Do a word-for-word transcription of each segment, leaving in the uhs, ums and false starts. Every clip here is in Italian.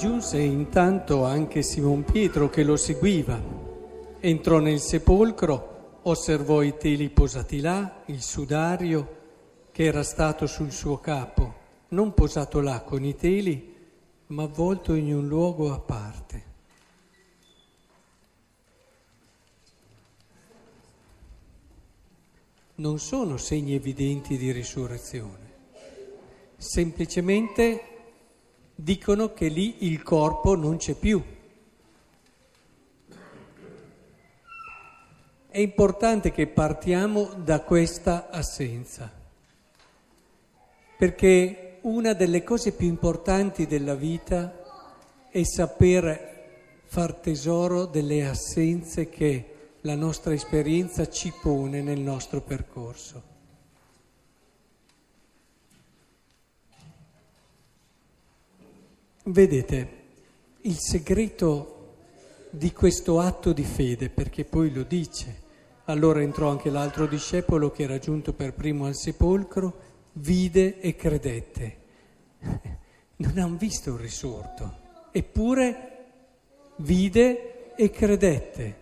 Giunse intanto anche Simon Pietro che lo seguiva. Entrò nel sepolcro, osservò i teli posati là, il sudario che era stato sul suo capo, non posato là con i teli, ma avvolto in un luogo a parte. Non sono segni evidenti di risurrezione, semplicemente dicono che lì il corpo non c'è più. È importante che partiamo da questa assenza, perché una delle cose più importanti della vita è saper far tesoro delle assenze che la nostra esperienza ci pone nel nostro percorso. Vedete, il segreto di questo atto di fede, perché poi lo dice, allora entrò anche l'altro discepolo che era giunto per primo al sepolcro, vide e credette. Non hanno visto il risorto, eppure vide e credette.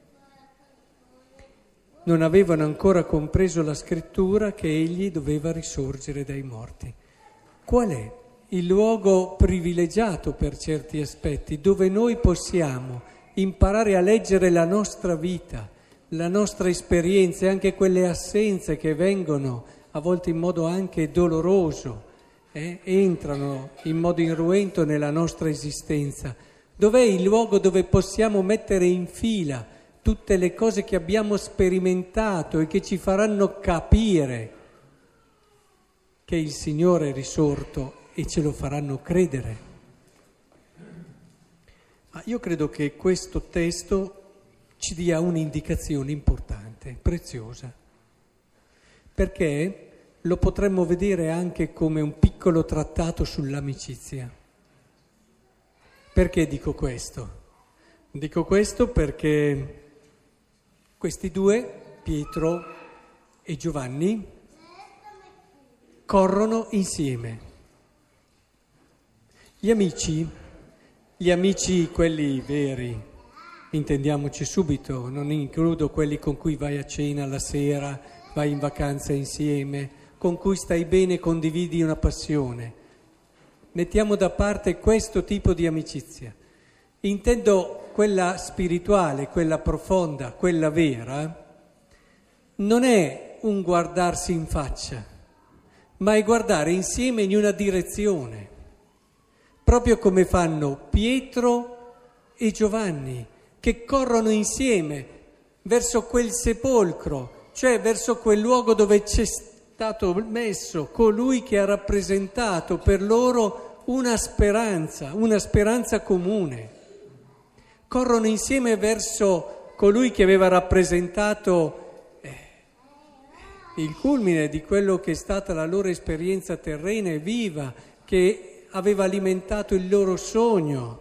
Non avevano ancora compreso la scrittura che egli doveva risorgere dai morti. Qual è il luogo privilegiato per certi aspetti, dove noi possiamo imparare a leggere la nostra vita, la nostra esperienza e anche quelle assenze che vengono a volte in modo anche doloroso, eh, entrano in modo irruento nella nostra esistenza. Dov'è il luogo dove possiamo mettere in fila tutte le cose che abbiamo sperimentato e che ci faranno capire che il Signore è risorto e ce lo faranno credere? Ma io credo che questo testo ci dia un'indicazione importante, preziosa, perché lo potremmo vedere anche come un piccolo trattato sull'amicizia. Perché dico questo? Dico questo perché questi due, Pietro e Giovanni, corrono insieme. Gli amici, gli amici quelli veri, intendiamoci subito, non includo quelli con cui vai a cena la sera, vai in vacanza insieme, con cui stai bene e condividi una passione. Mettiamo da parte questo tipo di amicizia. Intendo quella spirituale, quella profonda, quella vera, non è un guardarsi in faccia, ma è guardare insieme in una direzione, proprio come fanno Pietro e Giovanni, che corrono insieme verso quel sepolcro, cioè verso quel luogo dove c'è stato messo colui che ha rappresentato per loro una speranza, una speranza comune. Corrono insieme verso colui che aveva rappresentato eh, il culmine di quello che è stata la loro esperienza terrena e viva, che aveva alimentato il loro sogno.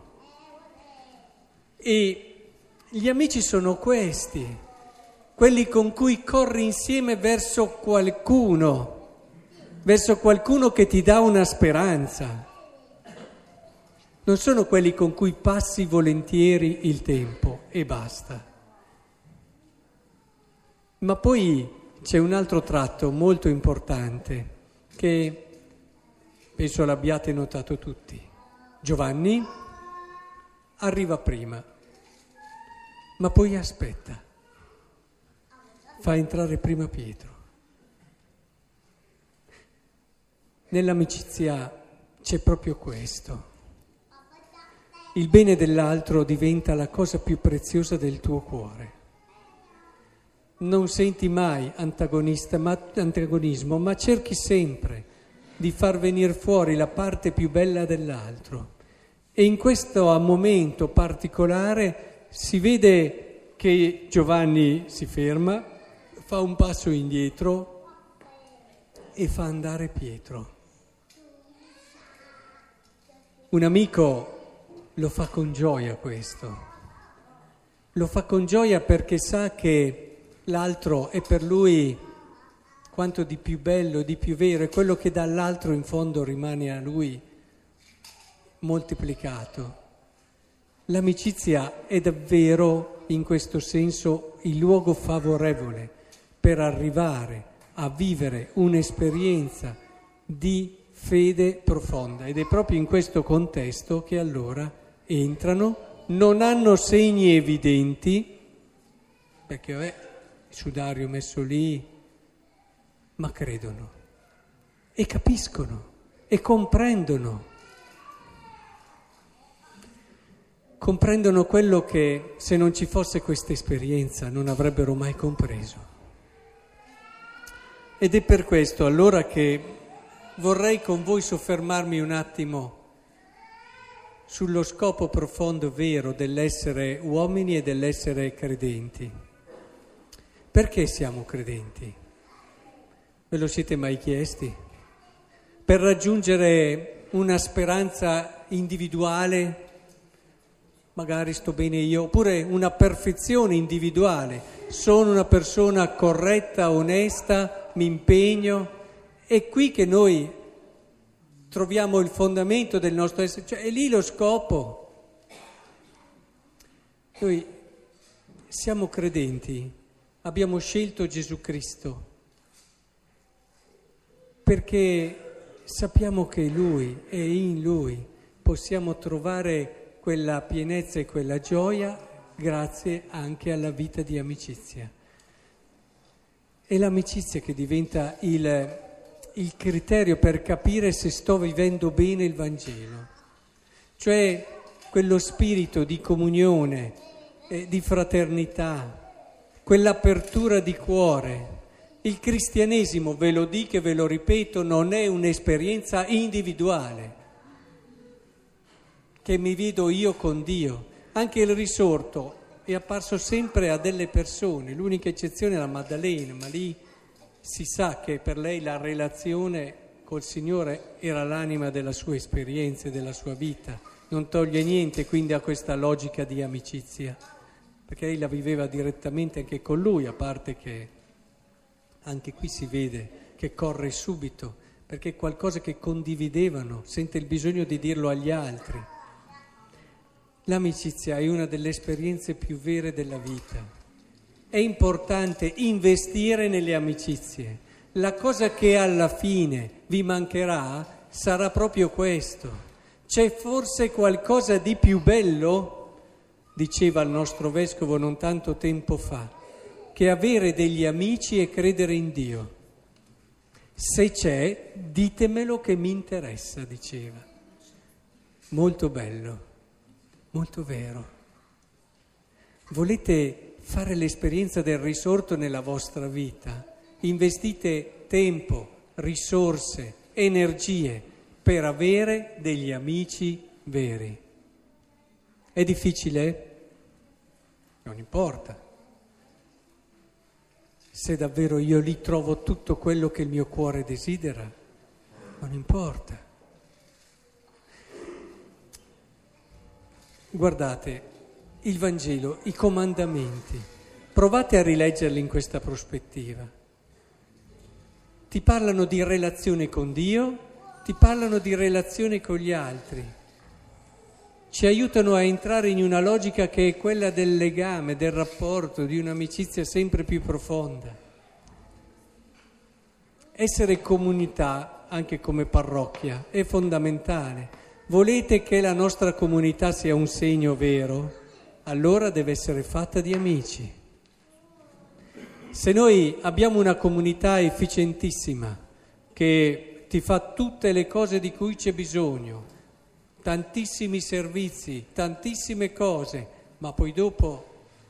E gli amici sono questi, quelli con cui corri insieme verso qualcuno, verso qualcuno che ti dà una speranza. Non sono quelli con cui passi volentieri il tempo e basta. Ma poi c'è un altro tratto molto importante che penso l'abbiate notato tutti. Giovanni arriva prima, ma poi aspetta, fa entrare prima Pietro. Nell'amicizia c'è proprio questo. Il bene dell'altro diventa la cosa più preziosa del tuo cuore. Non senti mai antagonista, ma, antagonismo, ma cerchi sempre di far venire fuori la parte più bella dell'altro. E in questo momento particolare si vede che Giovanni si ferma, fa un passo indietro e fa andare Pietro. Un amico lo fa con gioia questo, lo fa con gioia perché sa che l'altro è per lui quanto di più bello, di più vero, è quello che dall'altro in fondo rimane a lui moltiplicato. L'amicizia è davvero, in questo senso, il luogo favorevole per arrivare a vivere un'esperienza di fede profonda. Ed è proprio in questo contesto che allora entrano, non hanno segni evidenti, perché vabbè, il sudario messo lì, ma credono e capiscono e comprendono. Comprendono quello che, se non ci fosse questa esperienza, non avrebbero mai compreso. Ed è per questo allora che vorrei con voi soffermarmi un attimo sullo scopo profondo vero dell'essere uomini e dell'essere credenti. Perché siamo credenti? Ve lo siete mai chiesti? Per raggiungere una speranza individuale? Magari sto bene io, oppure una perfezione individuale, sono una persona corretta, onesta, mi impegno, è qui che noi troviamo il fondamento del nostro essere, cioè è lì lo scopo. Noi siamo credenti, abbiamo scelto Gesù Cristo, perché sappiamo che Lui e in Lui possiamo trovare quella pienezza e quella gioia grazie anche alla vita di amicizia. È l'amicizia che diventa il, il criterio per capire se sto vivendo bene il Vangelo, cioè quello spirito di comunione, eh, di fraternità, quell'apertura di cuore. Il cristianesimo, ve lo dico e ve lo ripeto, non è un'esperienza individuale, che mi vedo io con Dio. Anche il risorto è apparso sempre a delle persone, l'unica eccezione è la Maddalena, ma lì si sa che per lei la relazione col Signore era l'anima della sua esperienza e della sua vita, non toglie niente quindi a questa logica di amicizia, perché lei la viveva direttamente anche con Lui, a parte che anche qui si vede che corre subito, perché è qualcosa che condividevano, sente il bisogno di dirlo agli altri. L'amicizia è una delle esperienze più vere della vita. È importante investire nelle amicizie. La cosa che alla fine vi mancherà sarà proprio questo. C'è forse qualcosa di più bello, diceva il nostro vescovo non tanto tempo fa, che avere degli amici e credere in Dio. Se c'è, ditemelo che mi interessa, diceva. Molto bello. Molto vero. Volete fare l'esperienza del risorto nella vostra vita? Investite tempo, risorse, energie per avere degli amici veri. È difficile? Non importa. Se davvero io lì trovo tutto quello che il mio cuore desidera, non importa. Guardate, il Vangelo, i comandamenti, provate a rileggerli in questa prospettiva. Ti parlano di relazione con Dio, ti parlano di relazione con gli altri. Ci aiutano a entrare in una logica che è quella del legame, del rapporto, di un'amicizia sempre più profonda. Essere comunità, anche come parrocchia, è fondamentale. Volete che la nostra comunità sia un segno vero? Allora deve essere fatta di amici. Se noi abbiamo una comunità efficientissima che ti fa tutte le cose di cui c'è bisogno, tantissimi servizi, tantissime cose, ma poi dopo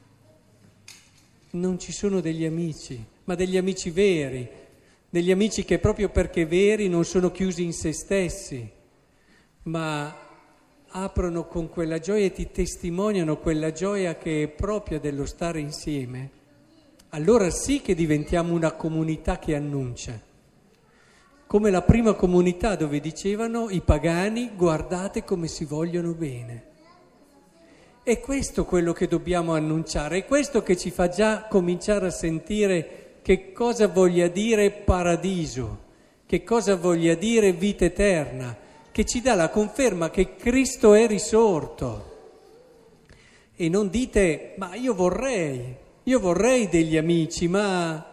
non ci sono degli amici, ma degli amici veri, degli amici che proprio perché veri non sono chiusi in se stessi, ma aprono con quella gioia e ti testimoniano quella gioia che è propria dello stare insieme, allora sì che diventiamo una comunità che annuncia. Come la prima comunità dove dicevano i pagani: guardate come si vogliono bene. È questo quello che dobbiamo annunciare, è questo che ci fa già cominciare a sentire che cosa voglia dire paradiso, che cosa voglia dire vita eterna. che ci dà la conferma che Cristo è risorto. E non dite, ma io vorrei, io vorrei degli amici, ma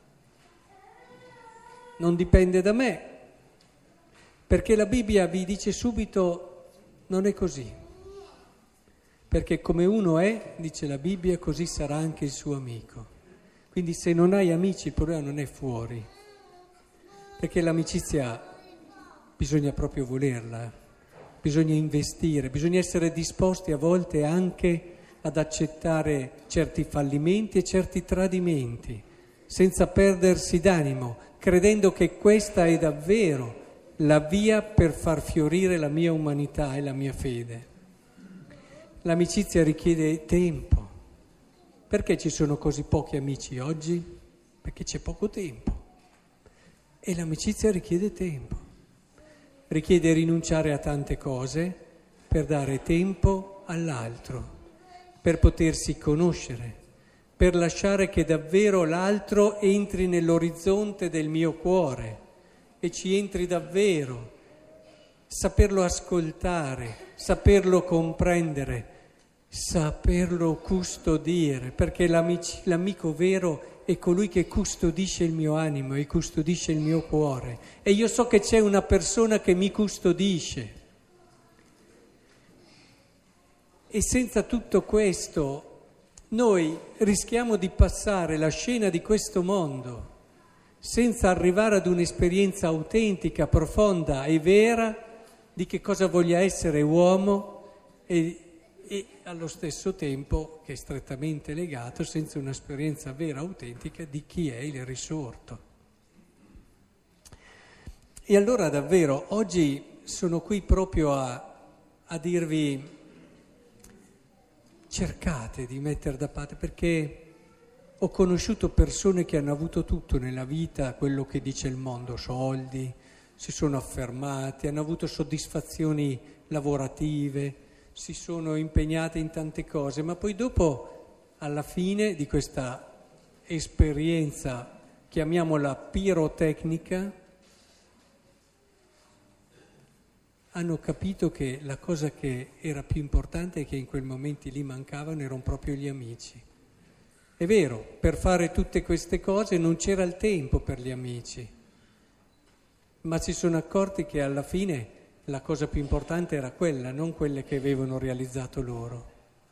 non dipende da me, perché la Bibbia vi dice subito, non è così. Perché come uno è, dice la Bibbia, così sarà anche il suo amico. Quindi se non hai amici il problema non è fuori, perché l'amicizia bisogna proprio volerla, bisogna investire, bisogna essere disposti a volte anche ad accettare certi fallimenti e certi tradimenti, senza perdersi d'animo, credendo che questa è davvero la via per far fiorire la mia umanità e la mia fede. L'amicizia richiede tempo. Perché ci sono così pochi amici oggi? Perché c'è poco tempo. E l'amicizia richiede tempo. Richiede rinunciare a tante cose per dare tempo all'altro, per potersi conoscere, per lasciare che davvero l'altro entri nell'orizzonte del mio cuore e ci entri davvero, saperlo ascoltare, saperlo comprendere, saperlo custodire, perché l'amico vero è colui che custodisce il mio animo e custodisce il mio cuore. E io so che c'è una persona che mi custodisce. E senza tutto questo noi rischiamo di passare la scena di questo mondo senza arrivare ad un'esperienza autentica, profonda e vera di che cosa voglia essere uomo e, e allo stesso tempo, che è strettamente legato, senza un'esperienza vera, autentica di chi è il risorto. E allora davvero oggi sono qui proprio a, a dirvi: cercate di mettere da parte, perché ho conosciuto persone che hanno avuto tutto nella vita, quello che dice il mondo, soldi, si sono affermati, hanno avuto soddisfazioni lavorative, si sono impegnate in tante cose, ma poi dopo, alla fine di questa esperienza, chiamiamola pirotecnica, hanno capito che la cosa che era più importante e che in quei momenti lì mancavano erano proprio gli amici. È vero, per fare tutte queste cose non c'era il tempo per gli amici, ma si sono accorti che alla fine la cosa più importante era quella, non quelle che avevano realizzato loro.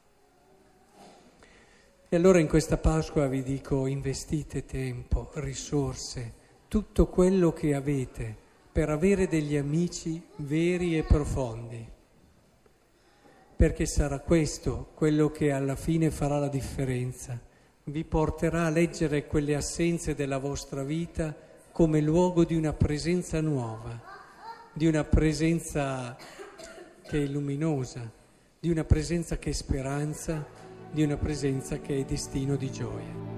E allora in questa Pasqua vi dico: investite tempo, risorse, tutto quello che avete per avere degli amici veri e profondi, perché sarà questo quello che alla fine farà la differenza, vi porterà a leggere quelle assenze della vostra vita come luogo di una presenza nuova, di una presenza che è luminosa, di una presenza che è speranza, di una presenza che è destino di gioia.